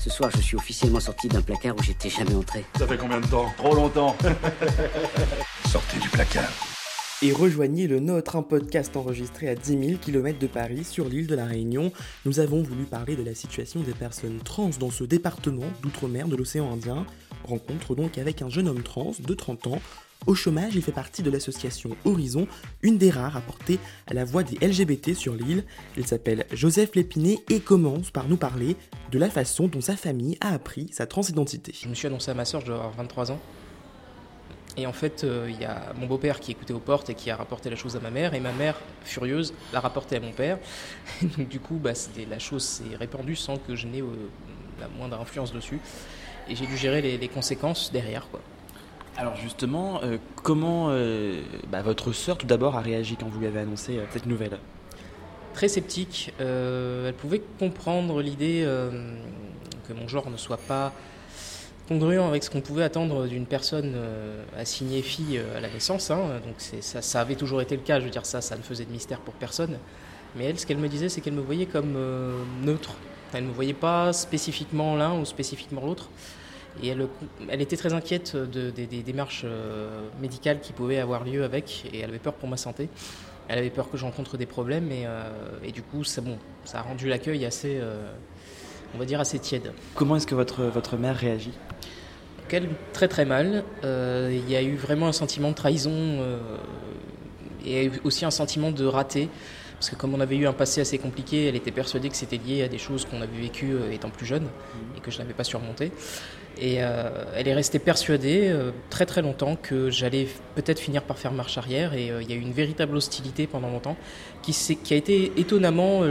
Ce soir, je suis officiellement sorti d'un placard où j'étais jamais entré. Ça fait combien de temps? Trop longtemps. Sortez du placard. Et rejoignez le nôtre, un podcast enregistré à 10 000 km de Paris, sur l'île de la Réunion. Nous avons voulu parler de la situation des personnes trans dans ce département d'outre-mer de l'océan Indien. Rencontre donc avec un jeune homme trans de 30 ans. Au chômage, il fait partie de l'association Horizon, une des rares à porter la voix des LGBT sur l'île. Il s'appelle Joseph Lépiné et commence par nous parler de la façon dont sa famille a appris sa transidentité. Je me suis annoncé à ma sœur, je dois avoir 23 ans. Et en fait, il y a mon beau-père qui écoutait aux portes et qui a rapporté la chose à ma mère. Et ma mère, furieuse, l'a rapporté à mon père. Donc du coup, la chose s'est répandue sans que je n'ai la moindre influence dessus. Et j'ai dû gérer les conséquences derrière, quoi. Alors justement, comment votre sœur tout d'abord a réagi quand vous lui avez annoncé cette nouvelle? Très sceptique. Elle pouvait comprendre l'idée que mon genre ne soit pas congruent avec ce qu'on pouvait attendre d'une personne assignée fille à la naissance. Donc ça avait toujours été le cas, je veux dire, ça ne faisait de mystère pour personne. Mais elle, ce qu'elle me disait, c'est qu'elle me voyait comme neutre. Elle ne me voyait pas spécifiquement l'un ou spécifiquement l'autre. Et elle était très inquiète des démarches médicales qui pouvaient avoir lieu avec, et elle avait peur pour ma santé. Elle avait peur que je rencontre des problèmes, et du coup, ça a rendu l'accueil assez, on va dire, assez tiède. Comment est-ce que votre mère réagit? Donc elle, très très mal. Il y a eu vraiment un sentiment de trahison et aussi un sentiment de raté. Parce que comme on avait eu un passé assez compliqué, elle était persuadée que c'était lié à des choses qu'on avait vécues étant plus jeune et que je n'avais pas surmonté. Et elle est restée persuadée très très longtemps que j'allais peut-être finir par faire marche arrière. Et il y a eu une véritable hostilité pendant longtemps qui a été étonnamment...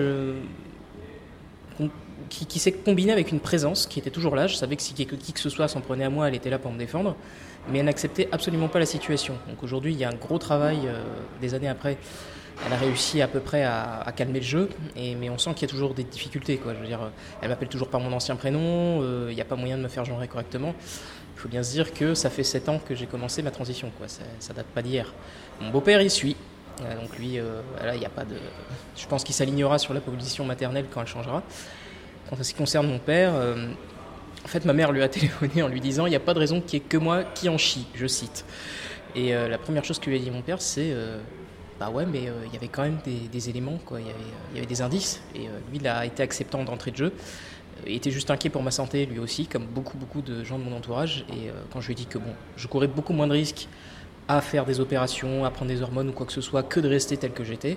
qui s'est combinée avec une présence qui était toujours là. Je savais que si qui que ce soit s'en prenait à moi, elle était là pour me défendre. Mais elle n'acceptait absolument pas la situation. Donc aujourd'hui, il y a un gros travail des années après. Elle a réussi à peu près à calmer le jeu, mais on sent qu'il y a toujours des difficultés, quoi. Je veux dire, elle m'appelle toujours par mon ancien prénom, il n'y a pas moyen de me faire genrer correctement. Il faut bien se dire que ça fait 7 ans que j'ai commencé ma transition, quoi. Ça date pas d'hier. Mon beau-père y suit, donc lui, là, il n'y a pas de... Je pense qu'il s'alignera sur la position maternelle quand elle changera. Quant à ce qui concerne mon père, en fait, ma mère lui a téléphoné en lui disant « Il n'y a pas de raison qu'il n'y ait que moi qui en chie », je cite. Et la première chose que lui a dit mon père, c'est... ouais, mais il y avait quand même des éléments, quoi. Il y avait des indices. Et lui, il a été acceptant d'entrée de jeu. Il était juste inquiet pour ma santé, lui aussi, comme beaucoup de gens de mon entourage. Et quand je lui ai dit que je courais beaucoup moins de risques à faire des opérations, à prendre des hormones ou quoi que ce soit, que de rester tel que j'étais,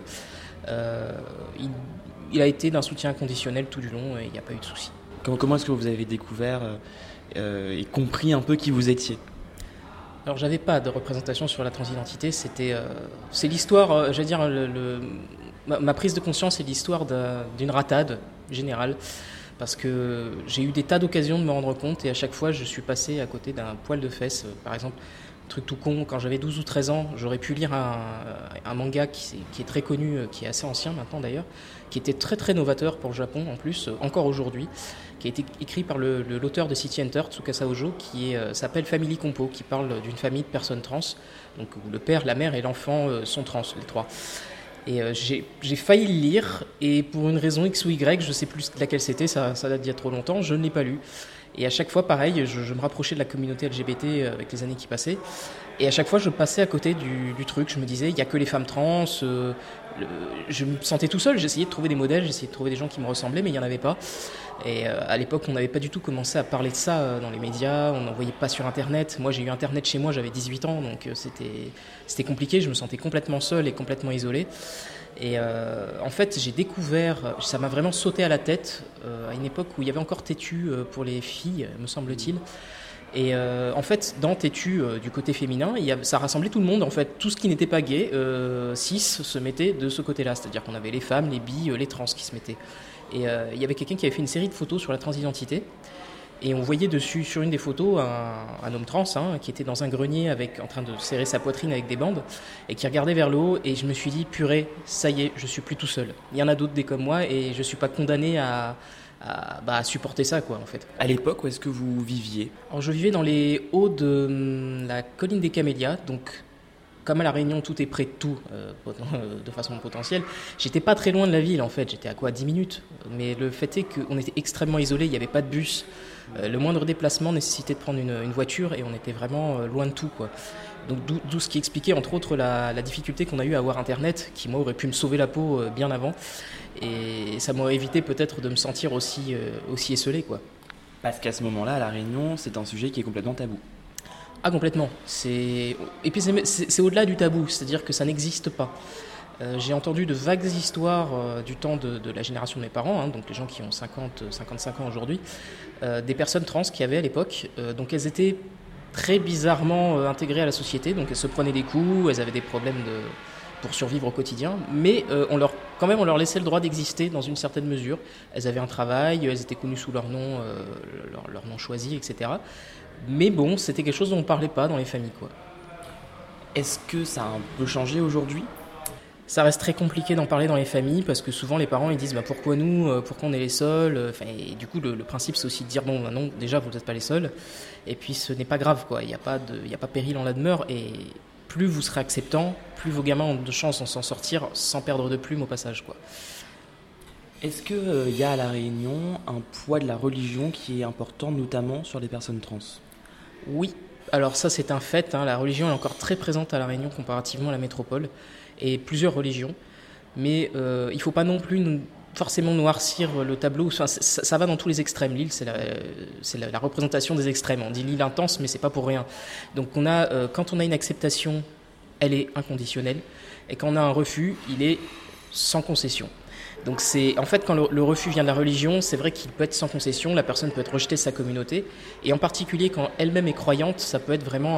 il a été d'un soutien inconditionnel tout du long et il n'y a pas eu de souci. Comment est-ce que vous avez découvert et compris un peu qui vous étiez? Alors j'avais pas de représentation sur la transidentité, c'est l'histoire, j'allais dire, ma prise de conscience est l'histoire d'une ratade générale, parce que j'ai eu des tas d'occasions de me rendre compte et à chaque fois je suis passé à côté d'un poil de fesse. Par exemple, truc tout con, quand j'avais 12 ou 13 ans, j'aurais pu lire un manga qui est très connu, qui est assez ancien maintenant d'ailleurs, qui était très très novateur pour le Japon en plus, encore aujourd'hui, qui a été écrit par l'auteur de City Hunter, Tsukasa Ojo, qui s'appelle Family Compo, qui parle d'une famille de personnes trans, donc où le père, la mère et l'enfant sont trans, les trois. Et j'ai failli le lire, et pour une raison X ou Y, je ne sais plus laquelle c'était, ça date d'il y a trop longtemps, je ne l'ai pas lu. Et à chaque fois, pareil, je me rapprochais de la communauté LGBT avec les années qui passaient. Et à chaque fois, je passais à côté du truc. Je me disais, il n'y a que les femmes trans. Je me sentais tout seul. J'essayais de trouver des modèles, j'essayais de trouver des gens qui me ressemblaient, mais il n'y en avait pas. Et à l'époque, on n'avait pas du tout commencé à parler de ça dans les médias. On n'en voyait pas sur Internet. Moi, j'ai eu Internet chez moi, j'avais 18 ans. Donc c'était compliqué. Je me sentais complètement seul et complètement isolé. Et en fait, j'ai découvert, ça m'a vraiment sauté à la tête, à une époque où il y avait encore Tétu pour les filles, me semble-t-il. Et en fait, dans Tétu, du côté féminin, ça rassemblait tout le monde. En fait, tout ce qui n'était pas gay, cis, se mettait de ce côté-là. C'est-à-dire qu'on avait les femmes, les bi, les trans qui se mettaient. Et il y avait quelqu'un qui avait fait une série de photos sur la transidentité. Et on voyait dessus, sur une des photos, un homme trans qui était dans un grenier en train de serrer sa poitrine avec des bandes et qui regardait vers le haut. Et je me suis dit, purée, ça y est, je suis plus tout seul. Il y en a d'autres des comme moi et je suis pas condamné à supporter ça, quoi, en fait. À l'époque, où est-ce que vous viviez? Alors, je vivais dans les hauts de la colline des Camélias, donc comme à La Réunion, tout est près de tout, de façon potentielle, j'étais pas très loin de la ville en fait, j'étais à quoi 10 minutes. Mais le fait est qu'on était extrêmement isolés, il n'y avait pas de bus. Le moindre déplacement nécessitait de prendre une voiture et on était vraiment loin de tout, quoi. Donc d'où ce qui expliquait entre autres la difficulté qu'on a eu à avoir Internet, qui moi aurait pu me sauver la peau bien avant. Et ça m'aurait évité peut-être de me sentir aussi esseulé, quoi. Parce qu'à ce moment-là, à La Réunion, c'est un sujet qui est complètement tabou. Ah, complètement. Et puis c'est au-delà du tabou, c'est-à-dire que ça n'existe pas. J'ai entendu de vagues histoires du temps de la génération de mes parents, donc les gens qui ont 55 ans aujourd'hui, des personnes trans qui avaient à l'époque, donc elles étaient très bizarrement intégrées à la société, donc elles se prenaient des coups, elles avaient des problèmes pour survivre au quotidien, mais on leur laissait le droit d'exister dans une certaine mesure. Elles avaient un travail, elles étaient connues sous leur nom choisi, etc. Mais bon, c'était quelque chose dont on ne parlait pas dans les familles, quoi. Est-ce que ça a un peu changé aujourd'hui ? Ça reste très compliqué d'en parler dans les familles parce que souvent les parents ils disent pourquoi nous, pourquoi on est les seuls, et du coup le principe c'est aussi de dire non, déjà vous n'êtes pas les seuls, et puis ce n'est pas grave, quoi. Il n'y a pas péril en la demeure, et plus vous serez acceptant, plus vos gamins ont de chances de s'en sortir sans perdre de plume au passage, quoi. Est-ce qu'il y a à La Réunion un poids de la religion qui est important, notamment sur les personnes trans ? Oui, alors ça c'est un fait, la religion est encore très présente à La Réunion comparativement à la métropole, et plusieurs religions, mais il ne faut pas non plus forcément noircir le tableau. Enfin, ça va dans tous les extrêmes. L'île, c'est la représentation des extrêmes. On dit l'île intense, mais c'est pas pour rien. Donc quand on a une acceptation, elle est inconditionnelle, et quand on a un refus, il est sans concession. Donc en fait, quand le refus vient de la religion, c'est vrai qu'il peut être sans concession, la personne peut être rejetée de sa communauté, et en particulier quand elle-même est croyante, ça peut être vraiment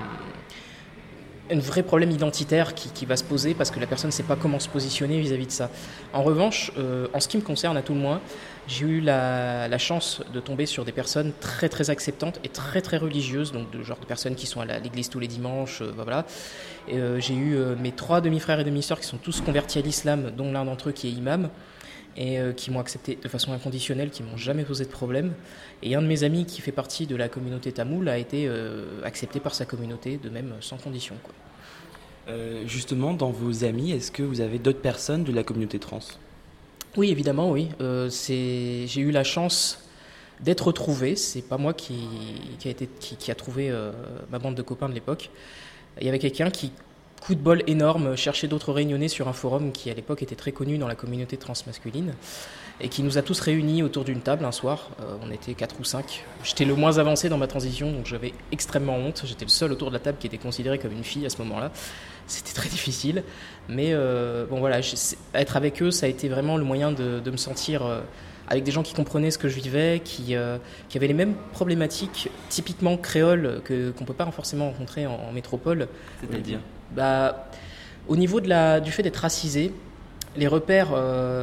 un vrai problème identitaire qui va se poser parce que la personne ne sait pas comment se positionner vis-à-vis de ça. En revanche, en ce qui me concerne à tout le moins, j'ai eu la chance de tomber sur des personnes très très acceptantes et très très religieuses, donc de genre de personnes qui sont à l'église tous les dimanches, voilà. Et, j'ai eu mes 3 demi-frères et demi-sœurs qui sont tous convertis à l'islam, dont l'un d'entre eux qui est imam, et qui m'ont accepté de façon inconditionnelle, qui m'ont jamais posé de problème. Et un de mes amis qui fait partie de la communauté tamoule a été accepté par sa communauté, de même sans condition, quoi. Justement, dans vos amis, est-ce que vous avez d'autres personnes de la communauté trans ? Oui, évidemment, oui. J'ai eu la chance d'être retrouvé. C'est pas moi qui a trouvé ma bande de copains de l'époque. Il y avait quelqu'un qui, coup de bol énorme, cherchait d'autres réunionnais sur un forum qui à l'époque était très connu dans la communauté transmasculine et qui nous a tous réunis autour d'une table un soir. On était 4 ou 5. J'étais le moins avancé dans ma transition, donc j'avais extrêmement honte. J'étais le seul autour de la table qui était considéré comme une fille à ce moment-là. C'était très difficile, mais bon voilà, être avec eux, ça a été vraiment le moyen de me sentir avec des gens qui comprenaient ce que je vivais, qui avaient les mêmes problématiques typiquement créoles qu'on ne peut pas forcément rencontrer en métropole. C'est-à-dire au niveau du fait d'être racisé, les repères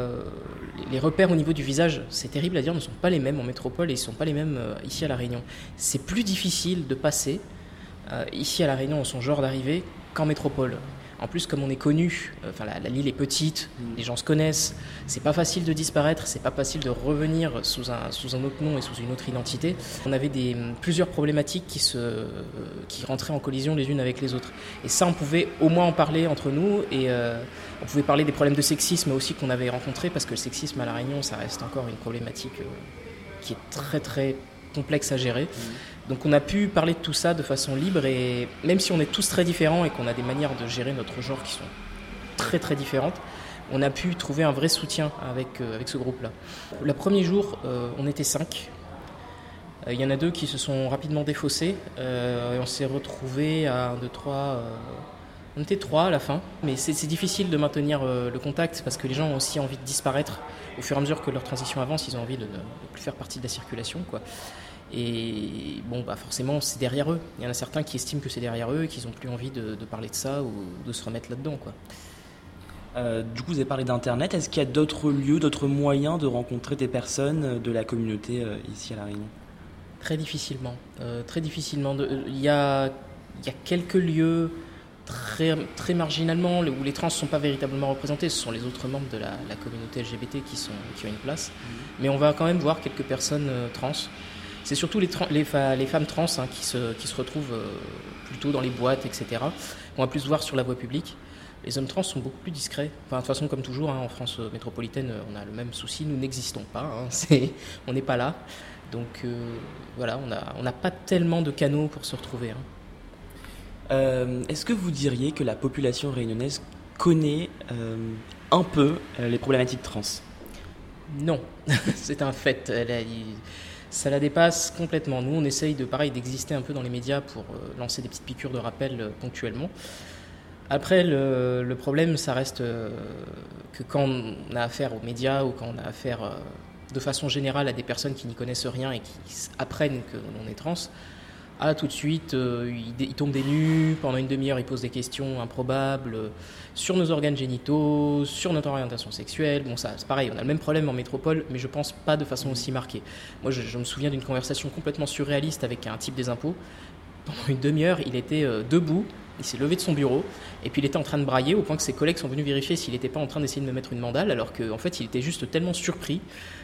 au niveau du visage, c'est terrible à dire, ne sont pas les mêmes en métropole et ils ne sont pas les mêmes ici à La Réunion. C'est plus difficile de passer ici à La Réunion, son genre d'arrivée, qu'en métropole. En plus, comme on est connu, l'île est petite, les gens se connaissent, c'est pas facile de disparaître, c'est pas facile de revenir sous un autre nom et sous une autre identité. On avait plusieurs problématiques qui rentraient en collision les unes avec les autres. Et ça, on pouvait au moins en parler entre nous, et on pouvait parler des problèmes de sexisme aussi qu'on avait rencontrés, parce que le sexisme à La Réunion, ça reste encore une problématique qui est très très complexe à gérer. Donc on a pu parler de tout ça de façon libre, et même si on est tous très différents et qu'on a des manières de gérer notre genre qui sont très très différentes, on a pu trouver un vrai soutien avec ce groupe-là. Le premier jour, on était 5. Il y en a 2 qui se sont rapidement défaussés, et on s'est retrouvés à 1, 2, 3... on était 3 à la fin, mais c'est difficile de maintenir le contact parce que les gens ont aussi envie de disparaître. Au fur et à mesure que leur transition avance, ils ont envie de ne plus faire partie de la circulation, quoi. Et bon, forcément, c'est derrière eux. Il y en a certains qui estiment que c'est derrière eux et qu'ils n'ont plus envie de parler de ça ou de se remettre là-dedans, quoi. Du coup, vous avez parlé d'Internet. Est-ce qu'il y a d'autres lieux, d'autres moyens de rencontrer des personnes de la communauté ici à La Réunion ? Très difficilement. Il y a quelques lieux très, très marginalement où les trans ne sont pas véritablement représentés. Ce sont les autres membres de la communauté LGBT qui ont une place. Mais on va quand même voir quelques personnes trans. C'est surtout les femmes trans qui se retrouvent plutôt dans les boîtes, etc. On va plus voir sur la voie publique. Les hommes trans sont beaucoup plus discrets. Enfin, de toute façon, comme toujours, en France métropolitaine, on a le même souci. Nous n'existons pas. On n'est pas là. Donc voilà, on n'a pas tellement de canaux pour se retrouver. Est-ce que vous diriez que la population réunionnaise connaît un peu les problématiques trans ? Non, c'est un fait. Ça la dépasse complètement. Nous, on essaye d'exister un peu dans les médias pour lancer des petites piqûres de rappel ponctuellement. Après, le problème, ça reste que quand on a affaire aux médias ou quand on a affaire de façon générale à des personnes qui n'y connaissent rien et qui apprennent que l'on est trans, tout de suite, ils tombent des nues, pendant une demi-heure, ils posent des questions improbables sur nos organes génitaux, sur notre orientation sexuelle. Bon, ça, c'est pareil, on a le même problème en métropole, mais je pense pas de façon aussi marquée. Moi, je me souviens d'une conversation complètement surréaliste avec un type des impôts. Pendant une demi-heure, il était debout, il s'est levé de son bureau, et puis il était en train de brailler, au point que ses collègues sont venus vérifier s'il n'était pas en train d'essayer de me mettre une mandale, alors qu'en fait, il était juste tellement surpris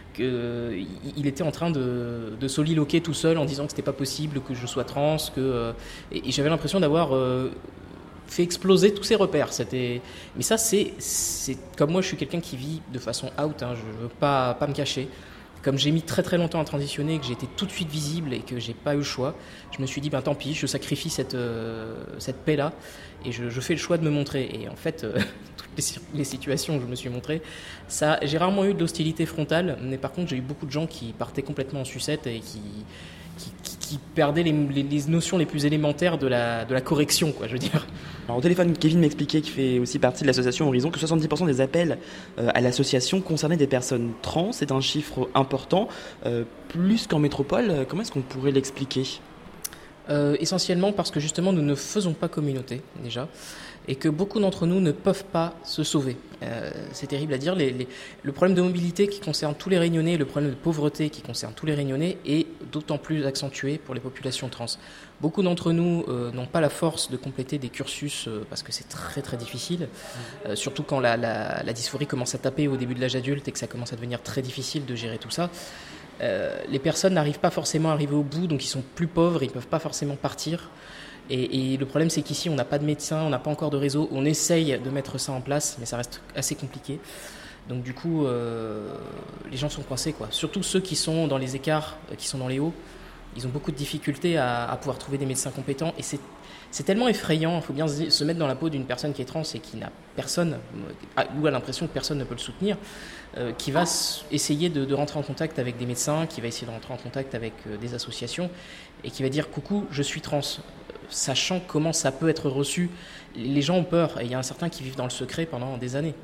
qu'il était en train de soliloquer tout seul en disant que c'était pas possible que je sois trans, et j'avais l'impression d'avoir fait exploser tous ses repères. Mais ça, c'est comme moi, je suis quelqu'un qui vit de façon out, je veux pas me cacher. Comme j'ai mis très très longtemps à transitionner, que j'ai été tout de suite visible et que j'ai pas eu le choix, je me suis dit tant pis, je sacrifie cette paix-là et je fais le choix de me montrer. Et en fait, toutes les situations où je me suis montré, j'ai rarement eu de l'hostilité frontale, mais par contre j'ai eu beaucoup de gens qui partaient complètement en sucette et qui perdaient les notions les plus élémentaires de la correction, quoi, je veux dire. Alors au téléphone, Kevin m'expliquait, qui fait aussi partie de l'association Horizon, que 70% des appels à l'association concernaient des personnes trans. C'est un chiffre important, plus qu'en métropole. Comment est-ce qu'on pourrait l'expliquer ? Essentiellement parce que justement nous ne faisons pas communauté déjà et que beaucoup d'entre nous ne peuvent pas se sauver. C'est terrible à dire, le problème de mobilité qui concerne tous les Réunionnais, le problème de pauvreté qui concerne tous les Réunionnais est d'autant plus accentué pour les populations trans. Beaucoup d'entre nous n'ont pas la force de compléter des cursus parce que c'est très très difficile, surtout quand la dysphorie commence à taper au début de l'âge adulte et que ça commence à devenir très difficile de gérer tout ça. Les personnes n'arrivent pas forcément à arriver au bout, donc ils sont plus pauvres, ils ne peuvent pas forcément partir. Et le problème, c'est qu'ici, on n'a pas de médecin, on n'a pas encore de réseau. On essaye de mettre ça en place, mais ça reste assez compliqué. Donc du coup, les gens sont coincés, quoi. Surtout ceux qui sont dans les écarts, qui sont dans les hauts. Ils ont beaucoup de difficultés à pouvoir trouver des médecins compétents. Et c'est tellement effrayant, il faut bien se mettre dans la peau d'une personne qui est trans et qui n'a personne, ou a l'impression que personne ne peut le soutenir, qui va essayer de rentrer en contact avec des médecins, qui va essayer de rentrer en contact avec des associations, et qui va dire « Coucou, je suis trans », sachant comment ça peut être reçu. Les gens ont peur, et il y en a certains qui vivent dans le secret pendant des années.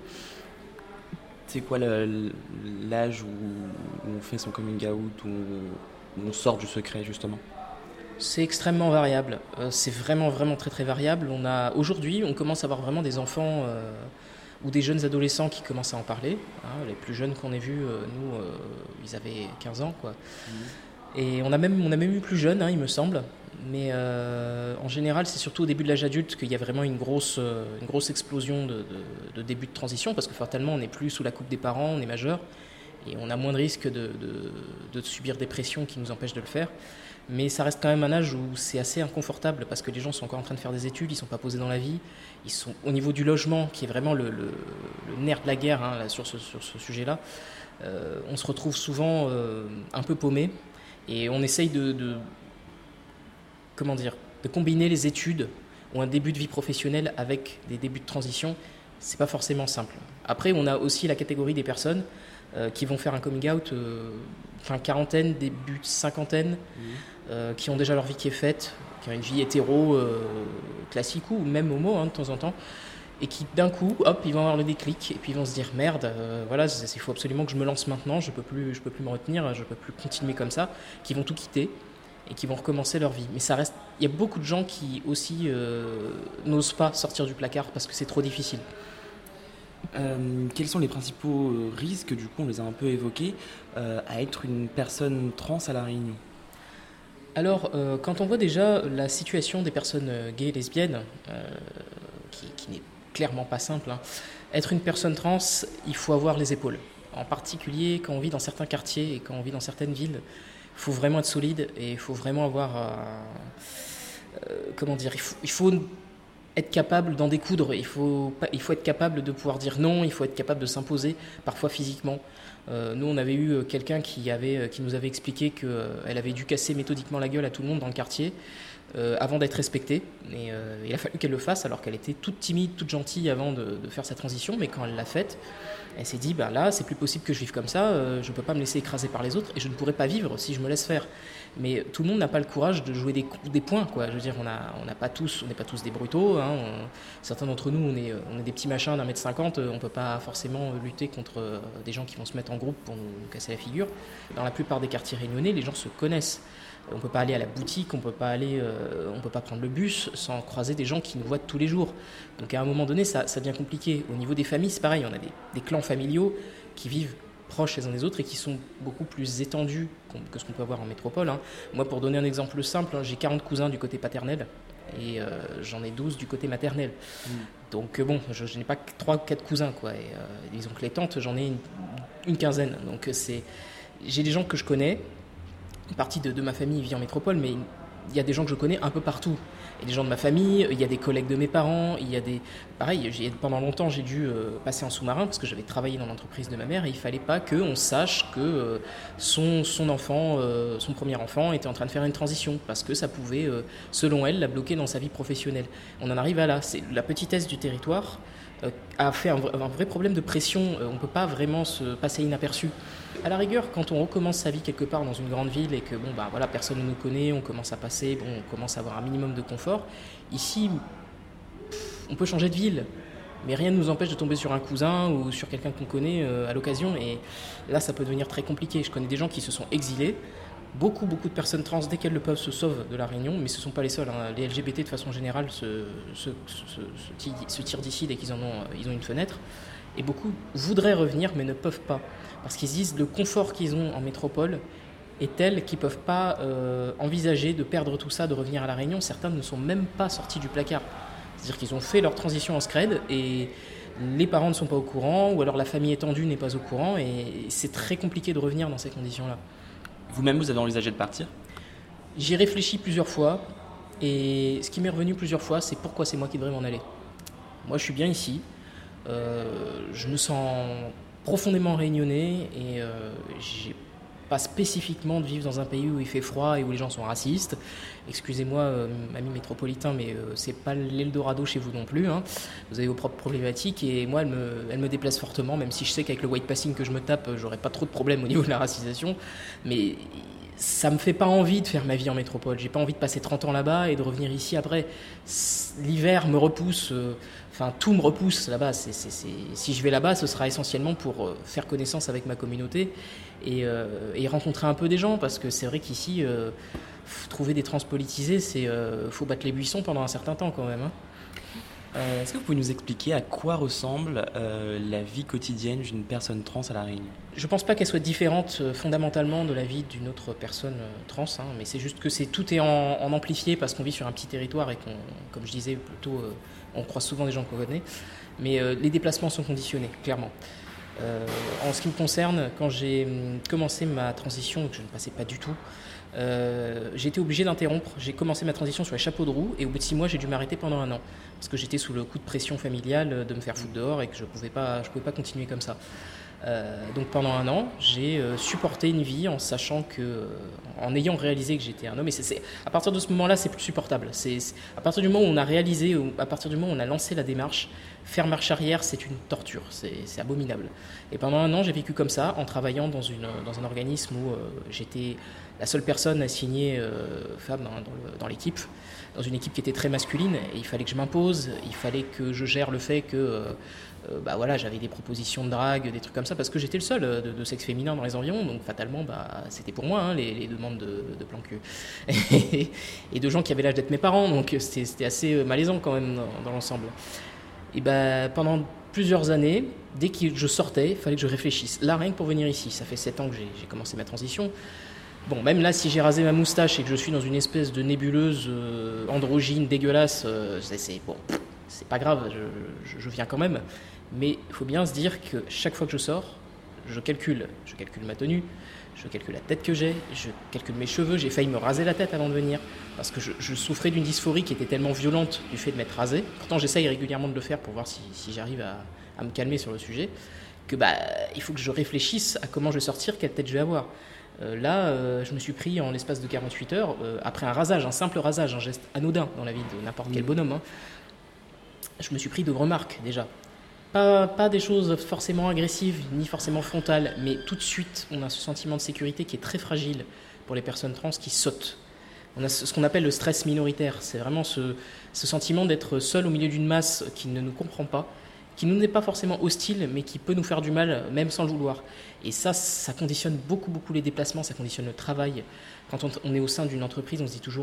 C'est quoi l'âge où on fait son coming out, où on sort du secret, justement ? C'est extrêmement variable. C'est vraiment, vraiment très, très variable. Aujourd'hui, on commence à avoir vraiment des enfants ou des jeunes adolescents qui commencent à en parler. Les plus jeunes qu'on ait vus, nous, ils avaient 15 ans, quoi. Et on a même eu plus jeunes, il me semble. Mais en général, c'est surtout au début de l'âge adulte qu'il y a vraiment une grosse explosion de début de transition, parce que fatalement, on n'est plus sous la coupe des parents, on est majeur, et on a moins de risques de subir des pressions qui nous empêchent de le faire. Mais ça reste quand même un âge où c'est assez inconfortable, parce que les gens sont encore en train de faire des études, ils ne sont pas posés dans la vie, ils sont au niveau du logement, qui est vraiment le nerf de la guerre là, sur ce sujet-là. On se retrouve souvent un peu paumé, et on essaye de combiner les études ou un début de vie professionnelle avec des débuts de transition. C'est pas forcément simple. Après, on a aussi la catégorie des personnes qui vont faire un coming out fin quarantaine, début de cinquantaine, qui ont déjà leur vie qui est faite, qui ont une vie hétéro classique ou même homo de temps en temps, et qui d'un coup, hop, ils vont avoir le déclic et puis ils vont se dire merde, il faut absolument que je me lance maintenant, je peux plus me retenir, je peux plus continuer comme ça, qui vont tout quitter et qui vont recommencer leur vie. Mais ça reste, il y a beaucoup de gens qui aussi n'osent pas sortir du placard parce que c'est trop difficile. Quels sont les principaux risques, du coup on les a un peu évoqués, à être une personne trans à La Réunion ? Alors, quand on voit déjà la situation des personnes gays et lesbiennes, qui n'est clairement pas simple, être une personne trans, il faut avoir les épaules. En particulier quand on vit dans certains quartiers et quand on vit dans certaines villes, faut vraiment être solide et il faut vraiment avoir, il faut être capable d'en découdre, il faut être capable de pouvoir dire non, il faut être capable de s'imposer, parfois physiquement. Nous, on avait eu quelqu'un qui nous avait expliqué qu'elle avait dû casser méthodiquement la gueule à tout le monde dans le quartier avant d'être respectée. Et il a fallu qu'elle le fasse alors qu'elle était toute timide, toute gentille avant de faire sa transition. Mais quand elle l'a faite, elle s'est dit, là, c'est plus possible que je vive comme ça, je ne peux pas me laisser écraser par les autres et je ne pourrai pas vivre si je me laisse faire. Mais tout le monde n'a pas le courage de jouer des points, quoi. Je veux dire, on n'est pas tous des brutaux. Hein. Certains d'entre nous, on est des petits machins d'1m50, on ne peut pas forcément lutter contre des gens qui vont se mettre en groupe pour nous casser la figure. Dans la plupart des quartiers réunionnais, les gens se connaissent. On ne peut pas aller à la boutique, on ne peut pas prendre le bus sans croiser des gens qui nous voient tous les jours. Donc à un moment donné, ça devient compliqué. Au niveau des familles, c'est pareil, on a des clans familiaux qui vivent proches les uns des autres et qui sont beaucoup plus étendus que ce qu'on peut avoir en métropole. Hein. Moi, pour donner un exemple simple, j'ai 40 cousins du côté paternel et j'en ai 12 du côté maternel. Donc je n'ai pas 3-4 cousins, quoi. Et disons que les tantes, j'en ai une quinzaine. Donc j'ai des gens que je connais. Une partie de ma famille vit en métropole, mais il y a des gens que je connais un peu partout. Il y a des gens de ma famille, il y a des collègues de mes parents, pendant longtemps j'ai dû passer en sous-marin parce que j'avais travaillé dans l'entreprise de ma mère et il ne fallait pas qu'on sache que son premier enfant était en train de faire une transition parce que ça pouvait, selon elle, la bloquer dans sa vie professionnelle. On en arrive à là, c'est la petitesse du territoire a fait un vrai problème de pression. On ne peut pas vraiment se passer inaperçu. À la rigueur, quand on recommence sa vie quelque part dans une grande ville et que personne ne nous connaît, on commence à passer, on commence à avoir un minimum de confort. Ici, on peut changer de ville, mais rien ne nous empêche de tomber sur un cousin ou sur quelqu'un qu'on connaît à l'occasion. Et là, ça peut devenir très compliqué. Je connais des gens qui se sont exilés. Beaucoup de personnes trans, dès qu'elles le peuvent, se sauvent de la Réunion, mais ce ne sont pas les seuls. Hein. Les LGBT, de façon générale, se tirent d'ici dès qu'ils ont une fenêtre. Et beaucoup voudraient revenir, mais ne peuvent pas. Parce qu'ils se disent que le confort qu'ils ont en métropole est tel qu'ils ne peuvent pas envisager de perdre tout ça, de revenir à la Réunion. Certains ne sont même pas sortis du placard. C'est-à-dire qu'ils ont fait leur transition en scred et les parents ne sont pas au courant, ou alors la famille étendue n'est pas au courant, et c'est très compliqué de revenir dans ces conditions-là. Vous-même, vous avez envisagé de partir ? J'y ai réfléchi plusieurs fois, et ce qui m'est revenu plusieurs fois, c'est pourquoi c'est moi qui devrais m'en aller. Moi, je suis bien ici, je me sens profondément réunionnais, et j'ai pas spécifiquement de vivre dans un pays où il fait froid et où les gens sont racistes. Excusez-moi, ami métropolitain, mais c'est pas l'Eldorado chez vous non plus. Hein. Vous avez vos propres problématiques et moi, elle me déplace fortement, même si je sais qu'avec le white passing que je me tape, j'aurais pas trop de problèmes au niveau de la racisation. Mais ça me fait pas envie de faire ma vie en métropole. J'ai pas envie de passer 30 ans là-bas et de revenir ici après. L'hiver me repousse, tout me repousse là-bas. Si je vais là-bas, ce sera essentiellement pour faire connaissance avec ma communauté et rencontrer un peu des gens, parce que c'est vrai qu'ici, trouver des transpolitisés, faut battre les buissons pendant un certain temps quand même. Hein. Est-ce que vous pouvez nous expliquer à quoi ressemble la vie quotidienne d'une personne trans à La Réunion ? Je ne pense pas qu'elle soit différente fondamentalement de la vie d'une autre personne trans, hein, mais c'est juste que tout est en amplifié parce qu'on vit sur un petit territoire et qu'on, comme je disais plutôt, on croise souvent des gens qu'on connaît, mais les déplacements sont conditionnés, clairement. En ce qui me concerne, quand j'ai commencé ma transition, que je ne passais pas du tout, j'ai été obligé d'interrompre. J'ai commencé ma transition sur les chapeaux de roue et au bout de 6 mois, j'ai dû m'arrêter pendant 1 an parce que j'étais sous le coup de pression familiale de me faire foutre dehors et que je pouvais pas continuer comme ça. Donc pendant 1 an, j'ai supporté une vie en sachant en ayant réalisé que j'étais un homme. Et à partir de ce moment-là, c'est plus supportable. À partir du moment où on a réalisé, à partir du moment où on a lancé la démarche, faire marche arrière, c'est une torture, c'est abominable. Et pendant 1 an, j'ai vécu comme ça, en travaillant dans un organisme où j'étais la seule personne assignée femme dans l'équipe, dans une équipe qui était très masculine, et il fallait que je m'impose, il fallait que je gère le fait que j'avais des propositions de drague, des trucs comme ça, parce que j'étais le seul de sexe féminin dans les environs, donc fatalement, c'était pour moi, hein, les demandes de plan cul. Et de gens qui avaient l'âge d'être mes parents, donc c'était assez malaisant quand même dans l'ensemble. Et pendant plusieurs années, dès que je sortais, il fallait que je réfléchisse. Là, rien que pour venir ici, ça fait 7 ans que j'ai commencé ma transition. Bon, même là, si j'ai rasé ma moustache et que je suis dans une espèce de nébuleuse androgyne dégueulasse, c'est pas grave, je viens quand même. Mais il faut bien se dire que chaque fois que je sors, je calcule ma tenue, je calcule la tête que j'ai, je calcule mes cheveux, j'ai failli me raser la tête avant de venir, parce que je souffrais d'une dysphorie qui était tellement violente du fait de m'être rasé. Pourtant, j'essaye régulièrement de le faire pour voir si j'arrive à me calmer sur le sujet, que il faut que je réfléchisse à comment je vais sortir, quelle tête je vais avoir. Je me suis pris en l'espace de 48 heures, après un rasage, un simple rasage, un geste anodin dans la vie de n'importe quel bonhomme, hein, je me suis pris de remarques déjà. Pas des choses forcément agressives, ni forcément frontales, mais tout de suite, on a ce sentiment de sécurité qui est très fragile pour les personnes trans qui sautent. On a ce qu'on appelle le stress minoritaire. C'est vraiment ce sentiment d'être seul au milieu d'une masse qui ne nous comprend pas, qui ne nous est pas forcément hostile, mais qui peut nous faire du mal, même sans le vouloir. Et ça conditionne beaucoup les déplacements, ça conditionne le travail. Quand on est au sein d'une entreprise, on se dit toujours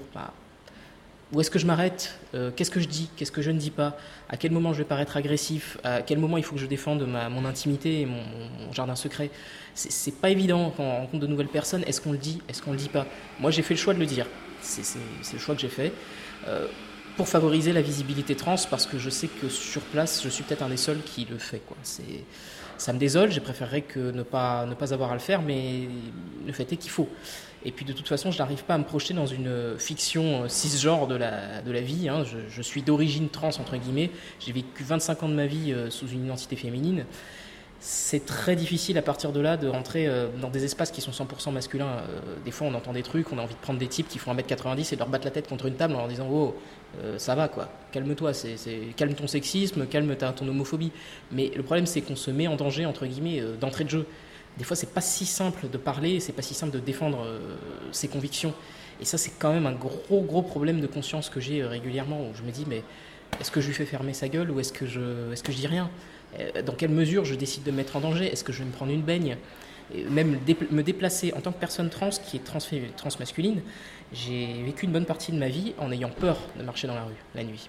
où est-ce que je m'arrête, qu'est-ce que je dis, qu'est-ce que je ne dis pas, à quel moment je vais paraître agressif, à quel moment il faut que je défende mon intimité et mon jardin secret. C'est pas évident quand on rencontre de nouvelles personnes. Est-ce qu'on le dit, est-ce qu'on le dit pas? Moi, j'ai fait le choix de le dire. C'est le choix que j'ai fait pour favoriser la visibilité trans, parce que je sais que sur place, je suis peut-être un des seuls qui le fait, quoi. Ça me désole, j'ai préféré que ne pas avoir à le faire, mais le fait est qu'il faut. Et puis de toute façon, je n'arrive pas à me projeter dans une fiction cisgenre de la vie, hein. Je suis d'origine trans, entre guillemets. J'ai vécu 25 ans de ma vie sous une identité féminine. C'est très difficile à partir de là de rentrer dans des espaces qui sont 100% masculins. Des fois, on entend des trucs, on a envie de prendre des types qui font 1m90 et de leur battre la tête contre une table en leur disant « Oh, ça va quoi, calme-toi, calme ton sexisme, calme ton homophobie. » Mais le problème, c'est qu'on se met en danger, entre guillemets, d'entrée de jeu. Des fois, c'est pas si simple de parler, c'est pas si simple de défendre ses convictions. Et ça, c'est quand même un gros problème de conscience que j'ai régulièrement, où je me dis, mais est-ce que je lui fais fermer sa gueule ou est-ce que je dis rien? Dans quelle mesure je décide de me mettre en danger? Est-ce que je vais me prendre une baigne? Et même me déplacer en tant que personne trans qui est transmasculine, j'ai vécu une bonne partie de ma vie en ayant peur de marcher dans la rue, la nuit.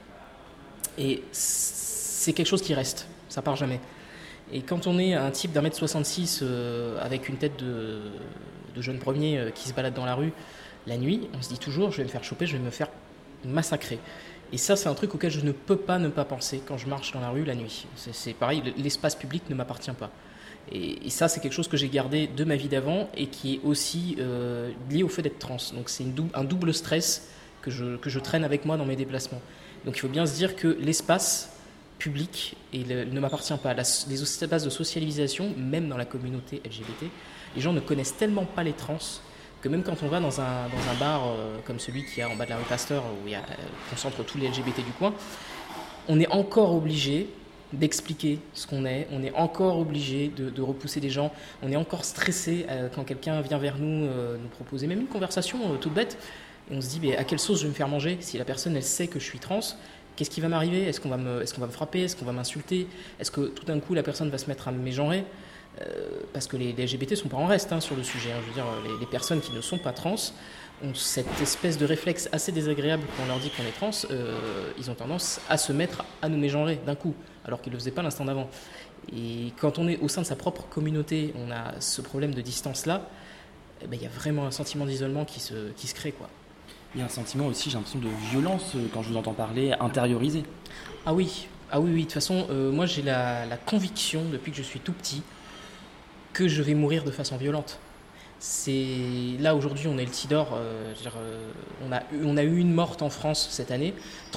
Et c'est quelque chose qui reste, ça part jamais. Et quand on est un type d'1m66 avec une tête de jeune premier qui se balade dans la rue la nuit, on se dit toujours, je vais me faire choper, je vais me faire massacrer. Et ça, c'est un truc auquel je ne peux pas ne pas penser quand je marche dans la rue la nuit. C'est pareil, l'espace public ne m'appartient pas. Et ça, c'est quelque chose que j'ai gardé de ma vie d'avant et qui est aussi lié au fait d'être trans. Donc c'est un double stress que je traîne avec moi dans mes déplacements. Donc il faut bien se dire que l'espace public ne m'appartient pas. Les espaces de socialisation, même dans la communauté LGBT, les gens ne connaissent tellement pas les trans que même quand on va dans un bar comme celui qui est en bas de la rue Pasteur, où il concentre tous les LGBT du coin, on est encore obligé d'expliquer ce qu'on est, on est encore obligé de repousser des gens, on est encore stressé quand quelqu'un vient vers nous nous proposer même une conversation toute bête, et on se dit mais à quelle sauce je vais me faire manger si la personne elle sait que je suis trans? Qu'est-ce qui va m'arriver? Est-ce qu'on va me frapper? Est-ce qu'on va m'insulter? Est-ce que tout d'un coup la personne va se mettre à me mégenrer? Parce que les LGBT ne sont pas en reste sur le sujet. Je veux dire, les personnes qui ne sont pas trans ont cette espèce de réflexe assez désagréable quand on leur dit qu'on est trans. Ils ont tendance à se mettre à nous mégenrer d'un coup, alors qu'ils ne le faisaient pas l'instant d'avant. Et quand on est au sein de sa propre communauté, on a ce problème de distance-là, il y a vraiment un sentiment d'isolement qui se crée, quoi. Il y a un sentiment aussi, j'ai l'impression, de violence quand je vous entends parler, intériorisé. Ah oui. De toute façon, moi j'ai la conviction, depuis que je suis tout petit, que je vais mourir de façon violente. Là aujourd'hui, on est le Tidor, on a eu une morte en France cette année,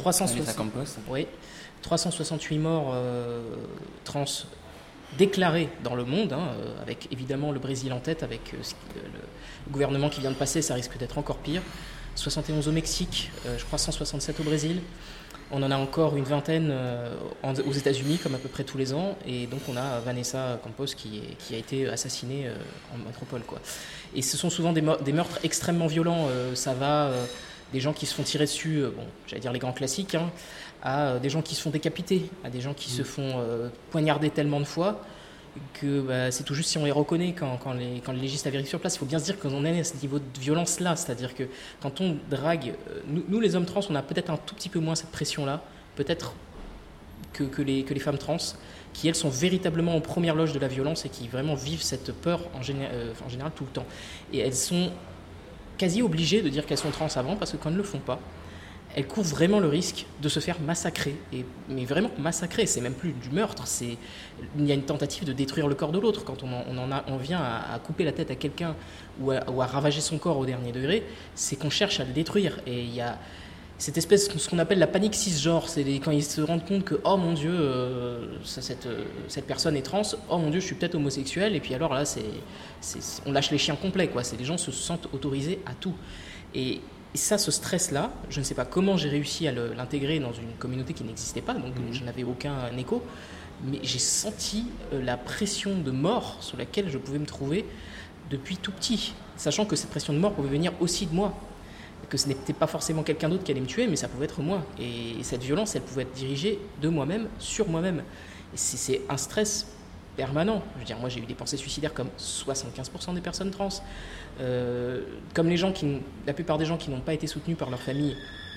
368 morts trans déclarés dans le monde, avec évidemment le Brésil en tête, avec le gouvernement qui vient de passer, ça risque d'être encore pire. 71 au Mexique, je crois 167 au Brésil. On en a encore une vingtaine aux États-Unis, comme à peu près tous les ans. Et donc, on a Vanessa Campos qui a été assassinée en métropole, quoi. Et ce sont souvent des meurtres extrêmement violents. Ça va des gens qui se font tirer dessus, j'allais dire les grands classiques, à des gens qui se font décapiter, à des gens qui se font poignarder tellement de fois que c'est tout juste si on les reconnaît quand les légistes vérifient sur place. Il faut bien se dire qu'on est à ce niveau de violence-là, c'est-à-dire que quand on drague, nous les hommes trans, on a peut-être un tout petit peu moins cette pression-là, peut-être que les femmes trans, qui elles sont véritablement en première loge de la violence et qui vraiment vivent cette peur en général tout le temps. Et elles sont quasi obligées de dire qu'elles sont trans avant, parce que quand elles ne le font pas, elle court vraiment le risque de se faire massacrer. Mais vraiment massacrer, c'est même plus du meurtre, il y a une tentative de détruire le corps de l'autre. Quand on vient à couper la tête à quelqu'un ou à ravager son corps au dernier degré, c'est qu'on cherche à le détruire. Et il y a cette espèce, ce qu'on appelle la panique cisgenre, c'est quand ils se rendent compte que, oh mon Dieu, cette personne est trans, oh mon Dieu, je suis peut-être homosexuel, et puis alors là, on lâche les chiens complets, quoi. Les gens se sentent autorisés à tout. Et ça, ce stress-là, je ne sais pas comment j'ai réussi à l'intégrer dans une communauté qui n'existait pas, donc je n'avais aucun écho, mais j'ai senti la pression de mort sur laquelle je pouvais me trouver depuis tout petit, sachant que cette pression de mort pouvait venir aussi de moi, que ce n'était pas forcément quelqu'un d'autre qui allait me tuer, mais ça pouvait être moi. Et cette violence, elle pouvait être dirigée de moi-même, sur moi-même. Et c'est un stress permanent. Je veux dire, moi j'ai eu des pensées suicidaires comme 75% des personnes trans. Comme la plupart des gens qui n'ont pas été soutenus par leur famille,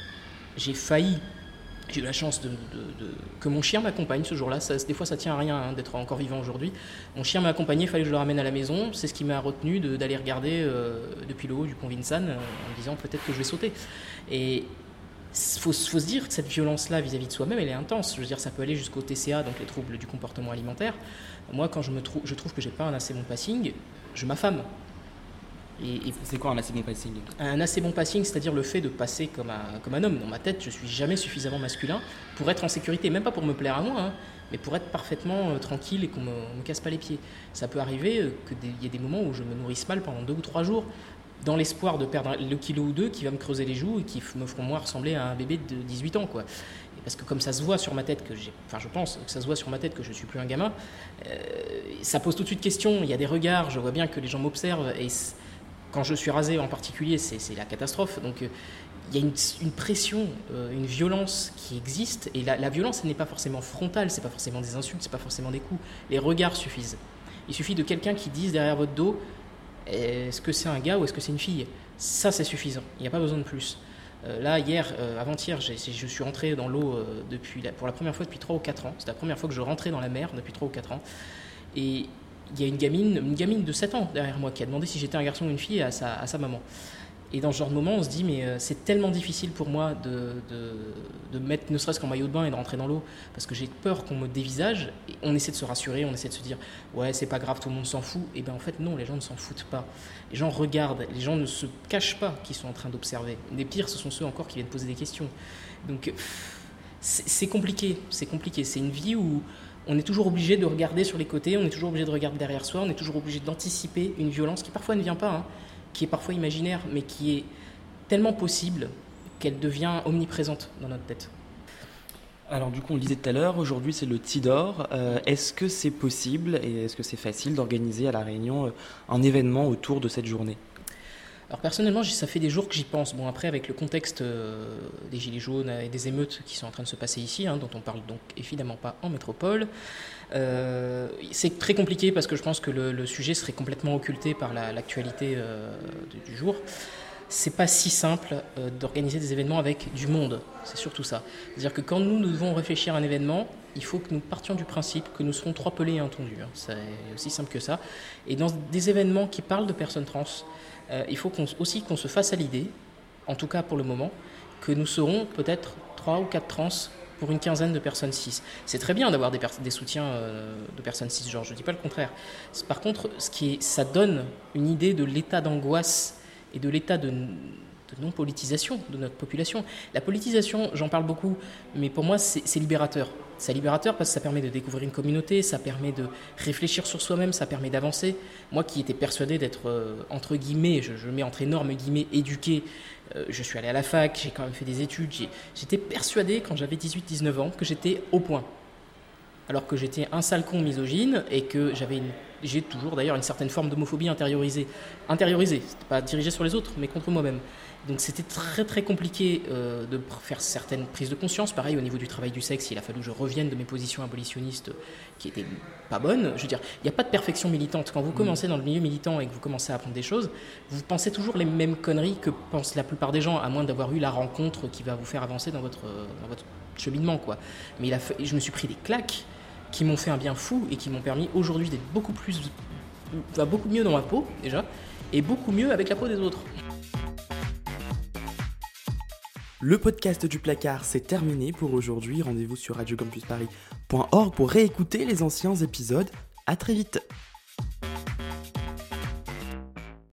j'ai eu la chance que mon chien m'accompagne ce jour-là. Des fois, ça tient à rien d'être encore vivant aujourd'hui. Mon chien m'a accompagné, il fallait que je le ramène à la maison. C'est ce qui m'a retenu d'aller regarder depuis le haut du pont Vincennes en me disant peut-être que je vais sauter. Et il faut se dire que cette violence-là vis-à-vis de soi-même, elle est intense. Je veux dire, ça peut aller jusqu'au TCA, donc les troubles du comportement alimentaire. Moi, quand je trouve que j'ai pas un assez bon passing, je m'affame. Et c'est quoi un assez bon passing ? Un assez bon passing, c'est-à-dire le fait de passer comme un homme. Dans ma tête, je suis jamais suffisamment masculin pour être en sécurité, même pas pour me plaire à moi, mais pour être parfaitement tranquille et qu'on me casse pas les pieds. Ça peut arriver qu'il y ait des moments où je me nourrisse mal pendant 2 ou 3 jours, dans l'espoir de perdre le kilo ou 2 qui va me creuser les joues et qui me feront moi ressembler à un bébé de 18 ans, quoi. Parce que comme ça se voit sur ma tête je pense que ça se voit sur ma tête que je suis plus un gamin, ça pose tout de suite question. Il y a des regards, je vois bien que les gens m'observent et quand je suis rasé en particulier, c'est la catastrophe. Donc il y a une pression, une violence qui existe. Et la violence, elle n'est pas forcément frontale, c'est pas forcément des insultes, c'est pas forcément des coups. Les regards suffisent. Il suffit de quelqu'un qui dise derrière votre dos, est-ce que c'est un gars ou est-ce que c'est une fille ? Ça, c'est suffisant. Il n'y a pas besoin de plus. Là, avant-hier, je suis rentré dans l'eau pour la première fois depuis 3 ou 4 ans. C'est la première fois que je rentrais dans la mer depuis 3 ou 4 ans. Et il y a une gamine de 7 ans derrière moi qui a demandé si j'étais un garçon ou une fille à sa maman. Et dans ce genre de moment, on se dit, mais c'est tellement difficile pour moi de mettre ne serait-ce qu'en maillot de bain et de rentrer dans l'eau, parce que j'ai peur qu'on me dévisage. Et on essaie de se rassurer, on essaie de se dire, ouais, c'est pas grave, tout le monde s'en fout. Et bien en fait, non, les gens ne s'en foutent pas. Les gens regardent, les gens ne se cachent pas qu'ils sont en train d'observer. Les pires, ce sont ceux encore qui viennent poser des questions. Donc, c'est compliqué. C'est une vie où on est toujours obligé de regarder sur les côtés, on est toujours obligé de regarder derrière soi, on est toujours obligé d'anticiper une violence qui parfois ne vient pas, qui est parfois imaginaire, mais qui est tellement possible qu'elle devient omniprésente dans notre tête. Alors du coup, on le disait tout à l'heure, aujourd'hui c'est le Tidor. Est-ce que c'est possible et est-ce que c'est facile d'organiser à La Réunion un événement autour de cette journée ? Alors personnellement, ça fait des jours que j'y pense. Bon, après, avec le contexte des Gilets jaunes et des émeutes qui sont en train de se passer ici, dont on parle donc évidemment pas en métropole, c'est très compliqué parce que je pense que le sujet serait complètement occulté par l'actualité du jour. C'est pas si simple d'organiser des événements avec du monde, c'est surtout ça. C'est-à-dire que quand nous devons réfléchir à un événement, il faut que nous partions du principe que nous serons 3 pelés et un tondu. C'est aussi simple que ça. Et dans des événements qui parlent de personnes trans, il faut aussi qu'on se fasse à l'idée, en tout cas pour le moment, que nous serons peut-être 3 ou 4 trans pour une quinzaine de personnes cis. C'est très bien d'avoir des soutiens de personnes cisgenres, je ne dis pas le contraire. Par contre, ça donne une idée de l'état d'angoisse et de l'état de non-politisation de notre population. La politisation, j'en parle beaucoup, mais pour moi, c'est libérateur. C'est libérateur parce que ça permet de découvrir une communauté, ça permet de réfléchir sur soi-même, ça permet d'avancer. Moi qui étais persuadé d'être, entre guillemets, je mets entre énormes guillemets, éduqué, je suis allé à la fac, j'ai quand même fait des études, j'étais persuadé quand j'avais 18-19 ans que j'étais au point. Alors que j'étais un sale con misogyne et que j'ai toujours d'ailleurs une certaine forme d'homophobie intériorisée. C'était pas dirigé sur les autres, mais contre moi-même. Donc c'était très très compliqué de faire certaines prises de conscience. Pareil au niveau du travail du sexe, il a fallu que je revienne de mes positions abolitionnistes qui étaient pas bonnes. Je veux dire, il n'y a pas de perfection militante. Quand vous commencez dans le milieu militant et que vous commencez à apprendre des choses, vous pensez toujours les mêmes conneries que pensent la plupart des gens, à moins d'avoir eu la rencontre qui va vous faire avancer dans votre cheminement, quoi. Mais je me suis pris des claques qui m'ont fait un bien fou et qui m'ont permis aujourd'hui d'être beaucoup mieux dans ma peau déjà, et beaucoup mieux avec la peau des autres. Le podcast du placard, c'est terminé pour aujourd'hui. Rendez-vous sur radiocampusparis.org pour réécouter les anciens épisodes. À très vite.